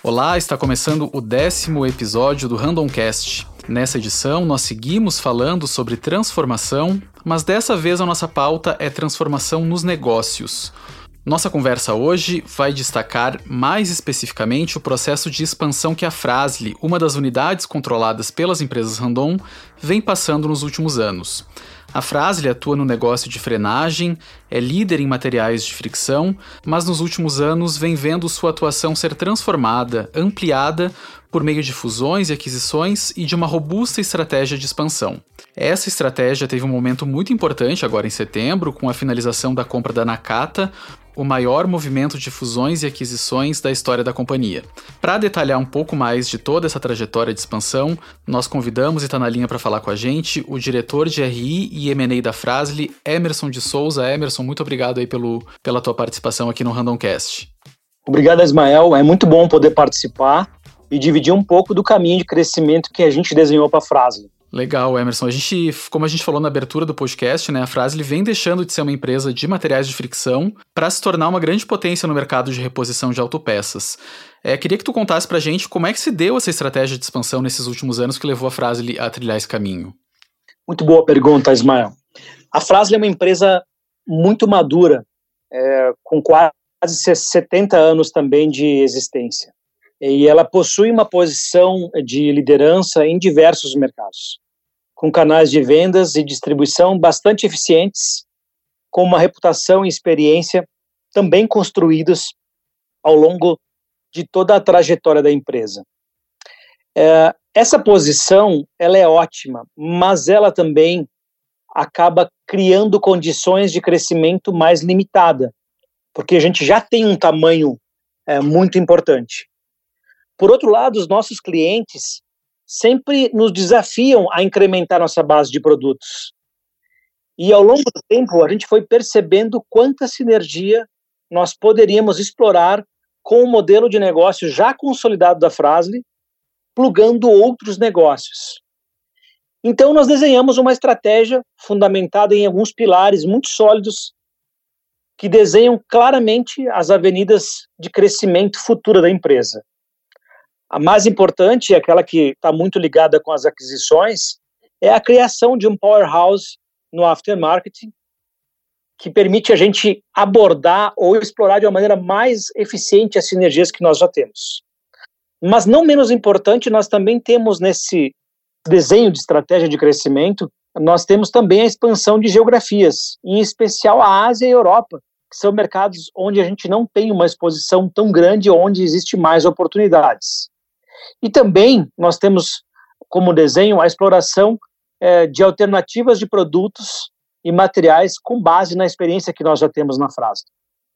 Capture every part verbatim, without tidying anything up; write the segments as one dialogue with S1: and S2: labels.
S1: Olá, está começando o décimo episódio do Randomcast. Nessa edição, nós seguimos falando sobre transformação, mas dessa vez a nossa pauta é transformação nos negócios. Nossa conversa hoje vai destacar mais especificamente o processo de expansão que a Fras-le, uma das unidades controladas pelas empresas Randon, vem passando nos últimos anos. A Fras-le atua no negócio de frenagem, é líder em materiais de fricção, mas nos últimos anos vem vendo sua atuação ser transformada, ampliada, por meio de fusões e aquisições e de uma robusta estratégia de expansão. Essa estratégia teve um momento muito importante agora em setembro, com a finalização da compra da Nakata, o maior movimento de fusões e aquisições da história da companhia. Para detalhar um pouco mais de toda essa trajetória de expansão, nós convidamos e está na linha para falar com a gente o diretor de R I e M and A da Fras-le, Emerson de Souza. Emerson, muito obrigado aí pelo, pela tua participação aqui no Randomcast.
S2: Obrigado, Ismael. É muito bom poder participar e dividir um pouco do caminho de crescimento que a gente desenhou para a Fras-le.
S1: Legal, Emerson. A gente, como a gente falou na abertura do podcast, né, a Fras-le vem deixando de ser uma empresa de materiais de fricção para se tornar uma grande potência no mercado de reposição de autopeças. É, queria que tu contasse para a gente como é que se deu essa estratégia de expansão nesses últimos anos que levou a Fras-le a trilhar esse caminho.
S2: Muito boa pergunta, Ismael. A Fras-le é uma empresa muito madura, é, com quase setenta anos também de existência. E ela possui uma posição de liderança em diversos mercados, com canais de vendas e distribuição bastante eficientes, com uma reputação e experiência também construídos ao longo de toda a trajetória da empresa. É, essa posição, ela é ótima, mas ela também acaba criando condições de crescimento mais limitada, porque a gente já tem um tamanho é, muito importante. Por outro lado, os nossos clientes sempre nos desafiam a incrementar nossa base de produtos. E ao longo do tempo, a gente foi percebendo quanta sinergia nós poderíamos explorar com o modelo de negócio já consolidado da Fras-le, plugando outros negócios. Então, nós desenhamos uma estratégia fundamentada em alguns pilares muito sólidos que desenham claramente as avenidas de crescimento futura da empresa. A mais importante, aquela que está muito ligada com as aquisições, é a criação de um powerhouse no aftermarket que permite a gente abordar ou explorar de uma maneira mais eficiente as sinergias que nós já temos. Mas não menos importante, nós também temos nesse desenho de estratégia de crescimento, nós temos também a expansão de geografias, em especial a Ásia e a Europa, que são mercados onde a gente não tem uma exposição tão grande, onde existe mais oportunidades. E também nós temos como desenho a exploração é, de alternativas de produtos e materiais com base na experiência que nós já temos na Fras-le.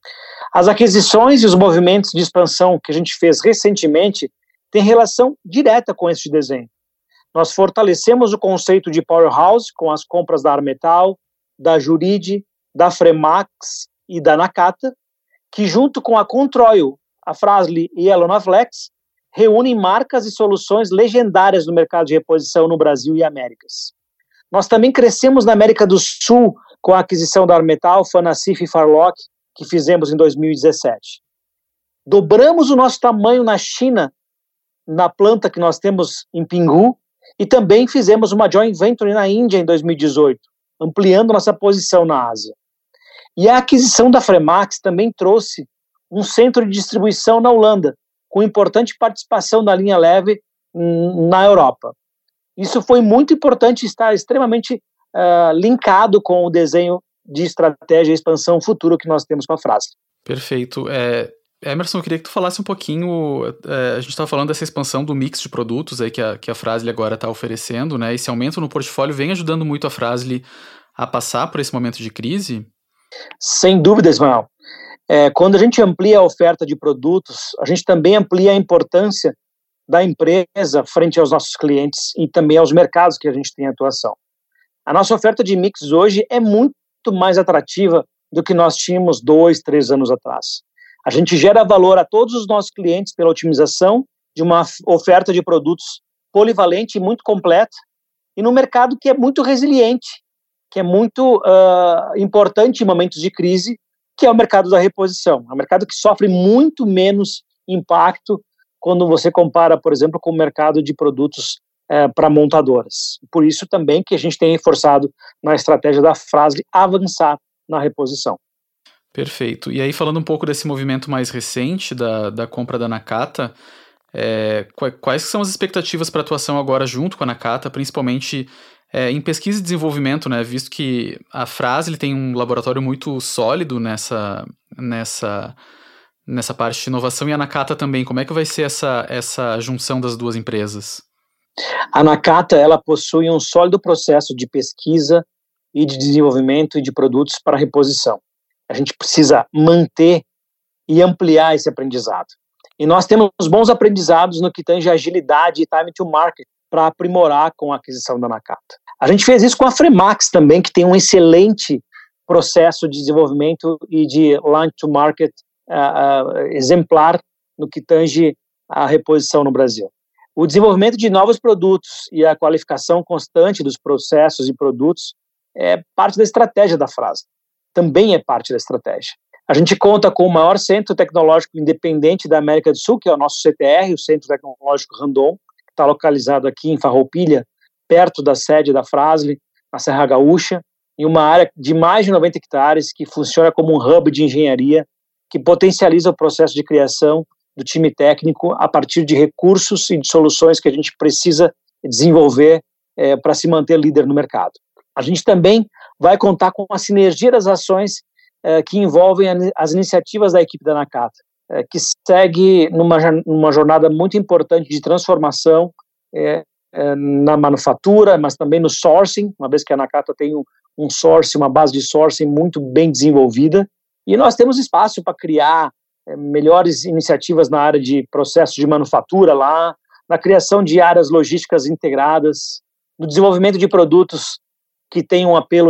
S2: As aquisições e os movimentos de expansão que a gente fez recentemente têm relação direta com esse desenho. Nós fortalecemos o conceito de powerhouse com as compras da Armetal, da Jurid, da Fremax e da Nakata, que junto com a Controil, a Fras-le e a Lonaflex, reúnem marcas e soluções legendárias no mercado de reposição no Brasil e Américas. Nós também crescemos na América do Sul com a aquisição da Armetal, Fanacif e Farloc, que fizemos em dois mil e dezessete. Dobramos o nosso tamanho na China, na planta que nós temos em Pinghu, e também fizemos uma joint venture na Índia em dois mil e dezoito, ampliando nossa posição na Ásia. E a aquisição da Fremax também trouxe um centro de distribuição na Holanda, com importante participação da linha leve na Europa. Isso foi muito importante, estar extremamente uh, linkado com o desenho de estratégia e expansão futuro que nós temos com a Fras-le.
S1: Perfeito. É, Emerson, eu queria que tu falasse um pouquinho, é, a gente estava falando dessa expansão do mix de produtos aí que a, que a Fras-le agora está oferecendo, né? Esse aumento no portfólio vem ajudando muito a Fras-le a passar por esse momento de crise?
S2: Sem dúvida, Ismael. É, quando a gente amplia a oferta de produtos, a gente também amplia a importância da empresa frente aos nossos clientes e também aos mercados que a gente tem atuação. A nossa oferta de mix hoje é muito mais atrativa do que nós tínhamos dois, três anos atrás. A gente gera valor a todos os nossos clientes pela otimização de uma oferta de produtos polivalente e muito completa e num mercado que é muito resiliente, que é muito uh, importante em momentos de crise, que é o mercado da reposição. É um mercado que sofre muito menos impacto quando você compara, por exemplo, com o mercado de produtos é, para montadoras. Por isso também que a gente tem reforçado na estratégia da Fras-le avançar na reposição.
S1: Perfeito. E aí, falando um pouco desse movimento mais recente da, da compra da Nakata, é, quais são as expectativas para atuação agora junto com a Nakata, principalmente é, em pesquisa e desenvolvimento, né? Visto que a Fras-le tem um laboratório muito sólido nessa, nessa, nessa parte de inovação, e a Nakata também. Como é que vai ser essa, essa junção das duas empresas?
S2: A Nakata, ela possui um sólido processo de pesquisa e de desenvolvimento de produtos para reposição. A gente precisa manter e ampliar esse aprendizado. E nós temos bons aprendizados no que tange agilidade e time to market para aprimorar com a aquisição da Nakata. A gente fez isso com a Fremax também, que tem um excelente processo de desenvolvimento e de launch to market uh, uh, exemplar no que tange a reposição no Brasil. O desenvolvimento de novos produtos e a qualificação constante dos processos e produtos é parte da estratégia da Fras-le. Também é parte da estratégia. A gente conta com o maior centro tecnológico independente da América do Sul, que é o nosso C T R, o Centro Tecnológico Randon, que está localizado aqui em Farroupilha, perto da sede da Fras-le, na Serra Gaúcha, em uma área de mais de noventa hectares, que funciona como um hub de engenharia, que potencializa o processo de criação do time técnico a partir de recursos e de soluções que a gente precisa desenvolver é, para se manter líder no mercado. A gente também vai contar com a sinergia das ações eh, que envolvem a, as iniciativas da equipe da Nakata, eh, que segue numa, numa jornada muito importante de transformação eh, eh, na manufatura, mas também no sourcing, uma vez que a Nakata tem um, um sourcing, uma base de sourcing muito bem desenvolvida, e nós temos espaço para criar eh, melhores iniciativas na área de processos de manufatura lá, na criação de áreas logísticas integradas, no desenvolvimento de produtos que tem um apelo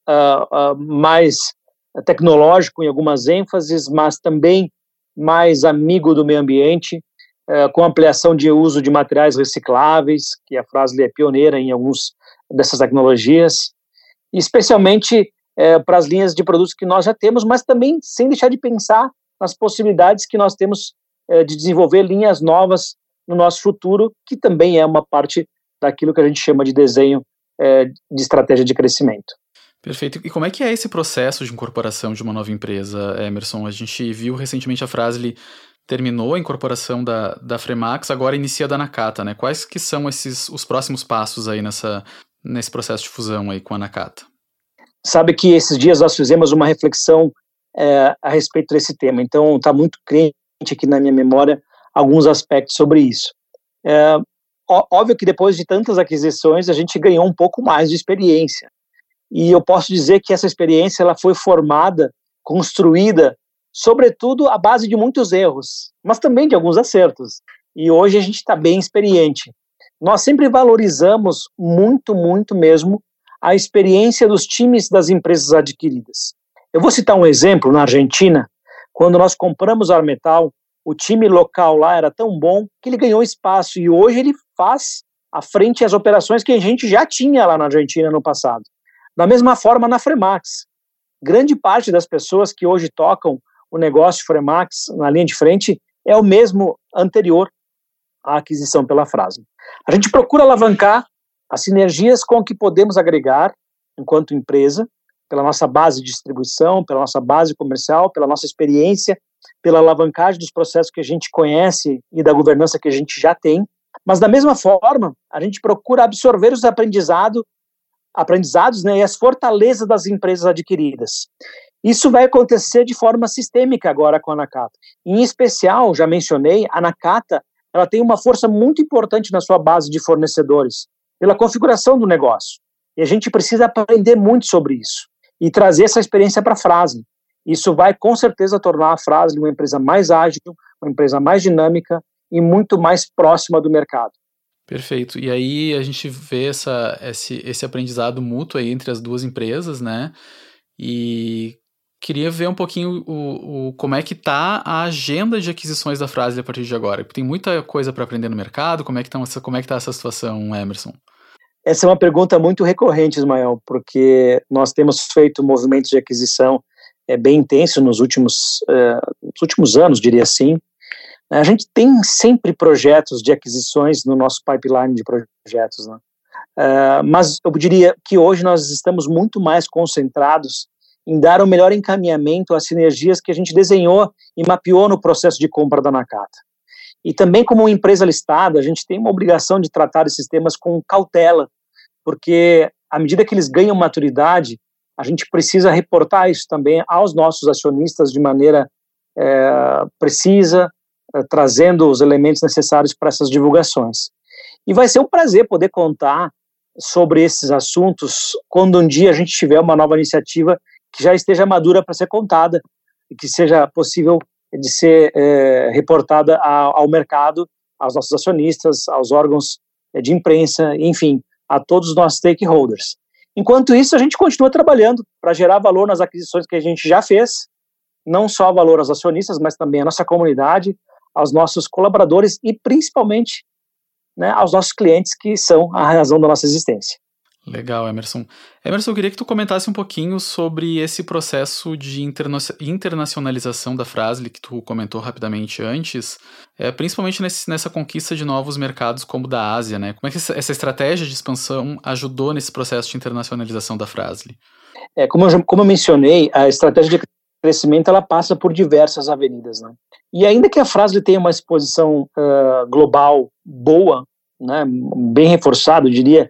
S2: uh, uh, mais tecnológico em algumas ênfases, mas também mais amigo do meio ambiente, uh, com ampliação de uso de materiais recicláveis, que a Fras-le é pioneira em algumas dessas tecnologias, e especialmente uh, para as linhas de produtos que nós já temos, mas também sem deixar de pensar nas possibilidades que nós temos uh, de desenvolver linhas novas no nosso futuro, que também é uma parte daquilo que a gente chama de desenho de estratégia de crescimento.
S1: Perfeito. E como é que é esse processo de incorporação de uma nova empresa, Emerson? A gente viu recentemente a Fras-le terminou a incorporação da, da Fremax, agora inicia da Nakata, né? Quais que são esses, os próximos passos aí nessa, nesse processo de fusão aí com a Nakata?
S2: Sabe que esses dias nós fizemos uma reflexão é, a respeito desse tema, então está muito crente aqui na minha memória alguns aspectos sobre isso. É, Óbvio que depois de tantas aquisições a gente ganhou um pouco mais de experiência, e eu posso dizer que essa experiência ela foi formada, construída, sobretudo à base de muitos erros, mas também de alguns acertos, e hoje a gente está bem experiente. Nós sempre valorizamos muito, muito mesmo a experiência dos times das empresas adquiridas. Eu vou citar um exemplo na Argentina, quando nós compramos a Armetal, o time local lá era tão bom que ele ganhou espaço e hoje ele faz à frente as operações que a gente já tinha lá na Argentina no passado. Da mesma forma na Fremax. Grande parte das pessoas que hoje tocam o negócio Fremax na linha de frente é o mesmo anterior à aquisição pela Fras-le. A gente procura alavancar as sinergias com que podemos agregar enquanto empresa, pela nossa base de distribuição, pela nossa base comercial, pela nossa experiência, pela alavancagem dos processos que a gente conhece e da governança que a gente já tem, mas da mesma forma, a gente procura absorver os aprendizado, aprendizados né, e as fortalezas das empresas adquiridas. Isso vai acontecer de forma sistêmica agora com a Nakata. Em especial, já mencionei, a Nakata ela tem uma força muito importante na sua base de fornecedores, pela configuração do negócio. E a gente precisa aprender muito sobre isso e trazer essa experiência para a Fras-le. Isso vai, com certeza, tornar a Fras-le uma empresa mais ágil, uma empresa mais dinâmica e muito mais próxima do mercado.
S1: Perfeito. E aí a gente vê essa, esse, esse aprendizado mútuo aí entre as duas empresas, né? E queria ver um pouquinho o, o, como é que está a agenda de aquisições da Fras-le a partir de agora. Porque tem muita coisa para aprender no mercado. Como é que está como é que tá essa situação, Emerson?
S2: Essa é uma pergunta muito recorrente, Ismael, porque nós temos feito movimentos de aquisição é, bem intenso nos últimos, uh, nos últimos anos, diria assim. A gente tem sempre projetos de aquisições no nosso pipeline de projetos, né? Uh, mas eu diria que hoje nós estamos muito mais concentrados em dar o melhor encaminhamento às sinergias que a gente desenhou e mapeou no processo de compra da Nakata. E também como uma empresa listada, a gente tem uma obrigação de tratar esses temas com cautela, porque à medida que eles ganham maturidade, a gente precisa reportar isso também aos nossos acionistas de maneira é, precisa, é, trazendo os elementos necessários para essas divulgações. E vai ser um prazer poder contar sobre esses assuntos quando um dia a gente tiver uma nova iniciativa que já esteja madura para ser contada e que seja possível de ser é, reportada a, ao mercado, aos nossos acionistas, aos órgãos é, de imprensa, enfim, a todos os nossos stakeholders. Enquanto isso, a gente continua trabalhando para gerar valor nas aquisições que a gente já fez, não só valor aos acionistas, mas também à nossa comunidade, aos nossos colaboradores e principalmente, né, aos nossos clientes, que são a razão da nossa existência.
S1: Legal, Emerson. Emerson, eu queria que tu comentasse um pouquinho sobre esse processo de interna- internacionalização da Fras-le, que tu comentou rapidamente antes, é, principalmente nesse, nessa conquista de novos mercados como o da Ásia, né? Como é que essa, essa estratégia de expansão ajudou nesse processo de internacionalização da Fras-le?
S2: É, como, eu, como eu mencionei, a estratégia de crescimento ela passa por diversas avenidas, né? E ainda que a Fras-le tenha uma exposição uh, global boa, né, bem reforçada, eu diria,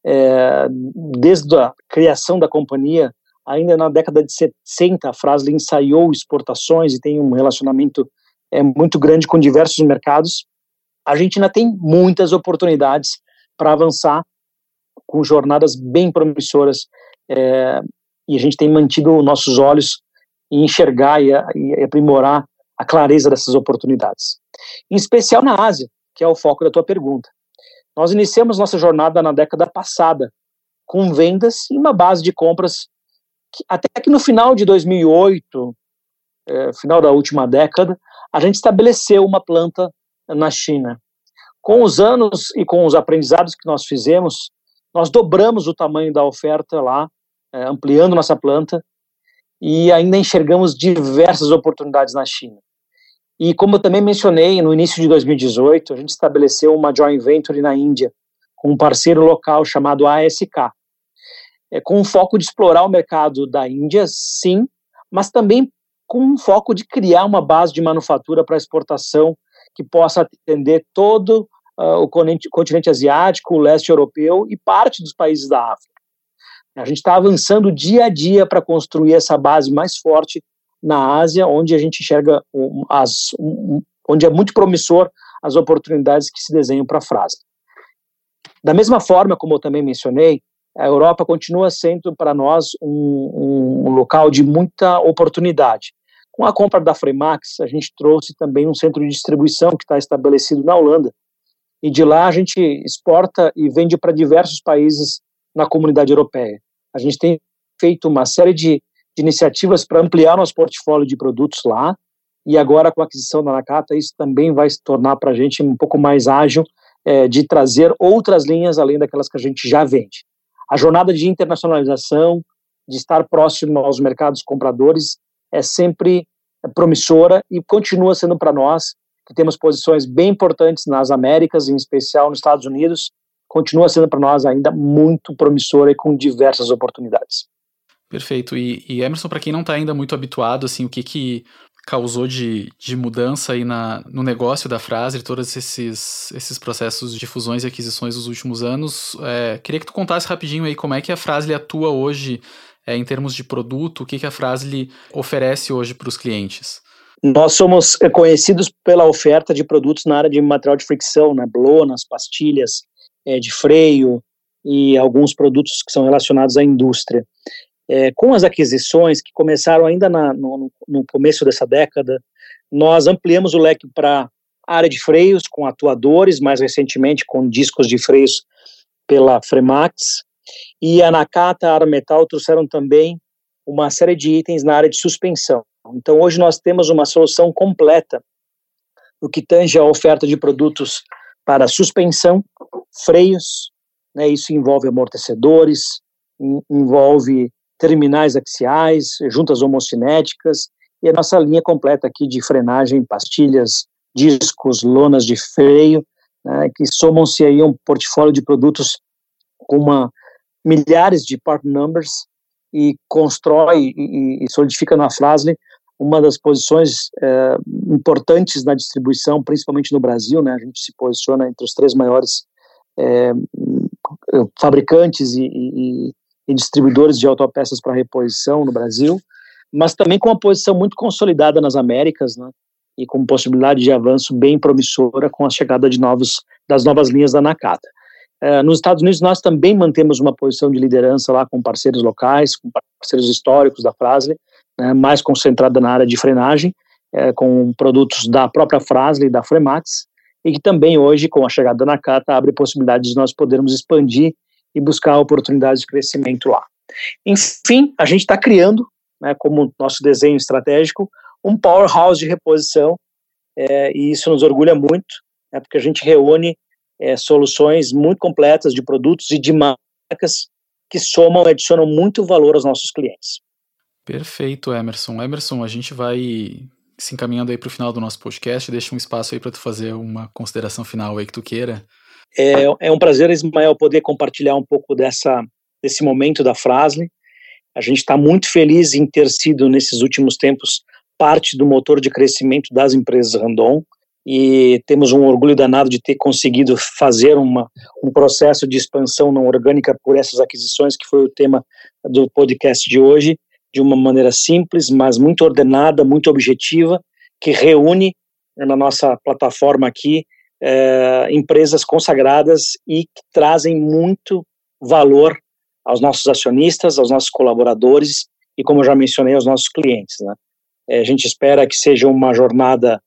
S2: é, desde a criação da companhia, ainda na década de sessenta, a Fras-le ensaiou exportações e tem um relacionamento é, muito grande com diversos mercados. A gente ainda tem muitas oportunidades para avançar com jornadas bem promissoras é, e a gente tem mantido nossos olhos em enxergar e, e aprimorar a clareza dessas oportunidades. Em especial na Ásia, que é o foco da tua pergunta. Nós iniciamos nossa jornada na década passada, com vendas e uma base de compras, que, até que no final de dois mil e oito, é, final da última década, a gente estabeleceu uma planta na China. Com os anos e com os aprendizados que nós fizemos, nós dobramos o tamanho da oferta lá, é, ampliando nossa planta, e ainda enxergamos diversas oportunidades na China. E como eu também mencionei, no início de dois mil e dezoito, a gente estabeleceu uma joint venture na Índia, com um parceiro local chamado A S K, é, com um foco de explorar o mercado da Índia, sim, mas também com um foco de criar uma base de manufatura para exportação que possa atender todo uh, o continente, continente asiático, o leste europeu e parte dos países da África. A gente está avançando dia a dia para construir essa base mais forte na Ásia, onde a gente enxerga, um, as, um, onde é muito promissor as oportunidades que se desenham para a Fras-le. Da mesma forma, como eu também mencionei, a Europa continua sendo para nós um, um local de muita oportunidade. Com a compra da Fremax, a gente trouxe também um centro de distribuição que está estabelecido na Holanda, e de lá a gente exporta e vende para diversos países na comunidade europeia. A gente tem feito uma série de, de iniciativas para ampliar nosso portfólio de produtos lá, e agora com a aquisição da Nakata, isso também vai se tornar para a gente um pouco mais ágil é, de trazer outras linhas além daquelas que a gente já vende. A jornada de internacionalização, de estar próximo aos mercados compradores, é sempre promissora e continua sendo para nós, que temos posições bem importantes nas Américas, em especial nos Estados Unidos, continua sendo para nós ainda muito promissora e com diversas oportunidades.
S1: Perfeito. E, e Emerson, para quem não está ainda muito habituado, assim, o que, que causou de, de mudança aí na, no negócio da Fras-le, todos esses, esses processos de fusões e aquisições dos últimos anos, é, queria que tu contasse rapidinho aí como é que a Fras-le atua hoje é, em termos de produto, o que, que a Fras-le oferece hoje para os clientes.
S2: Nós somos conhecidos pela oferta de produtos na área de material de fricção, né, blonas, pastilhas é, de freio e alguns produtos que são relacionados à indústria. É, com as aquisições que começaram ainda na, no, no começo dessa década, nós ampliamos o leque para a área de freios, com atuadores, mais recentemente com discos de freios pela Fremax, e a Nakata, a Armetal trouxeram também uma série de itens na área de suspensão. Então hoje nós temos uma solução completa no que tange a oferta de produtos para suspensão, freios, né, isso envolve amortecedores, envolve terminais axiais, juntas homocinéticas, e a nossa linha completa aqui de frenagem, pastilhas discos, lonas de freio, né, que somam-se aí a um portfólio de produtos com uma, milhares de part numbers e constrói e, e solidifica na Fras-le uma das posições é, importantes na distribuição, principalmente no Brasil, né? A gente se posiciona entre os três maiores é, fabricantes e, e, e distribuidores de autopeças para reposição no Brasil, mas também com uma posição muito consolidada nas Américas, né? E com possibilidade de avanço bem promissora com a chegada de novos, das novas linhas da Nakata. Uh, nos Estados Unidos nós também mantemos uma posição de liderança lá com parceiros locais, com parceiros históricos da Fras-le, né, mais concentrada na área de frenagem, uh, com produtos da própria Fras-le e da Fremax, e que também hoje, com a chegada da Nakata, abre possibilidades de nós podermos expandir e buscar oportunidades de crescimento lá. Enfim, a gente está criando, né, como nosso desenho estratégico, um powerhouse de reposição, é, e isso nos orgulha muito, né, porque a gente reúne É, soluções muito completas de produtos e de marcas que somam e adicionam muito valor aos nossos clientes.
S1: Perfeito, Emerson. Emerson, a gente vai se encaminhando aí para o final do nosso podcast, deixa um espaço aí para tu fazer uma consideração final aí que tu queira.
S2: É, é um prazer, Ismael, poder compartilhar um pouco dessa, desse momento da Fras-le. A gente está muito feliz em ter sido, nesses últimos tempos, parte do motor de crescimento das empresas Randon, e temos um orgulho danado de ter conseguido fazer uma, um processo de expansão não orgânica por essas aquisições, que foi o tema do podcast de hoje, de uma maneira simples, mas muito ordenada, muito objetiva, que reúne na nossa plataforma aqui é, empresas consagradas e que trazem muito valor aos nossos acionistas, aos nossos colaboradores e, como eu já mencionei, aos nossos clientes, né? É, a gente espera que seja uma jornada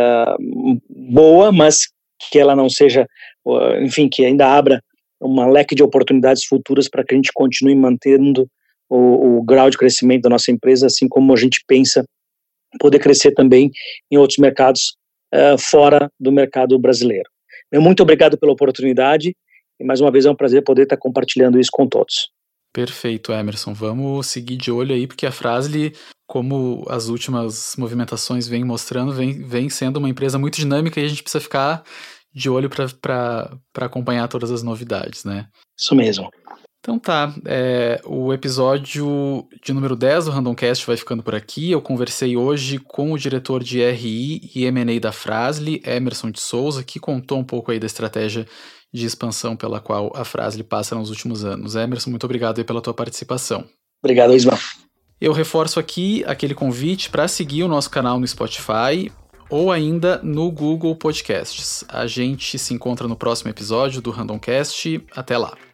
S2: Uh, boa, mas que ela não seja, uh, enfim, que ainda abra uma leque de oportunidades futuras para que a gente continue mantendo o, o grau de crescimento da nossa empresa, assim como a gente pensa poder crescer também em outros mercados uh, fora do mercado brasileiro. Meu muito obrigado pela oportunidade e mais uma vez é um prazer poder estar compartilhando isso com todos.
S1: Perfeito, Emerson. Vamos seguir de olho aí, porque a Fras-le, como as últimas movimentações vêm mostrando, vem, vem sendo uma empresa muito dinâmica e a gente precisa ficar de olho para acompanhar todas as novidades, né?
S2: Isso mesmo.
S1: Então tá, é, o episódio de número dez do Randomcast vai ficando por aqui. Eu conversei hoje com o diretor de R I e M and A da Fras-le, Emerson de Souza, que contou um pouco aí da estratégia de expansão pela qual a Fras-le passa nos últimos anos. Emerson, muito obrigado aí pela tua participação.
S2: Obrigado, Ismael.
S1: Eu reforço aqui aquele convite para seguir o nosso canal no Spotify ou ainda no Google Podcasts. A gente se encontra no próximo episódio do Randomcast. Até lá!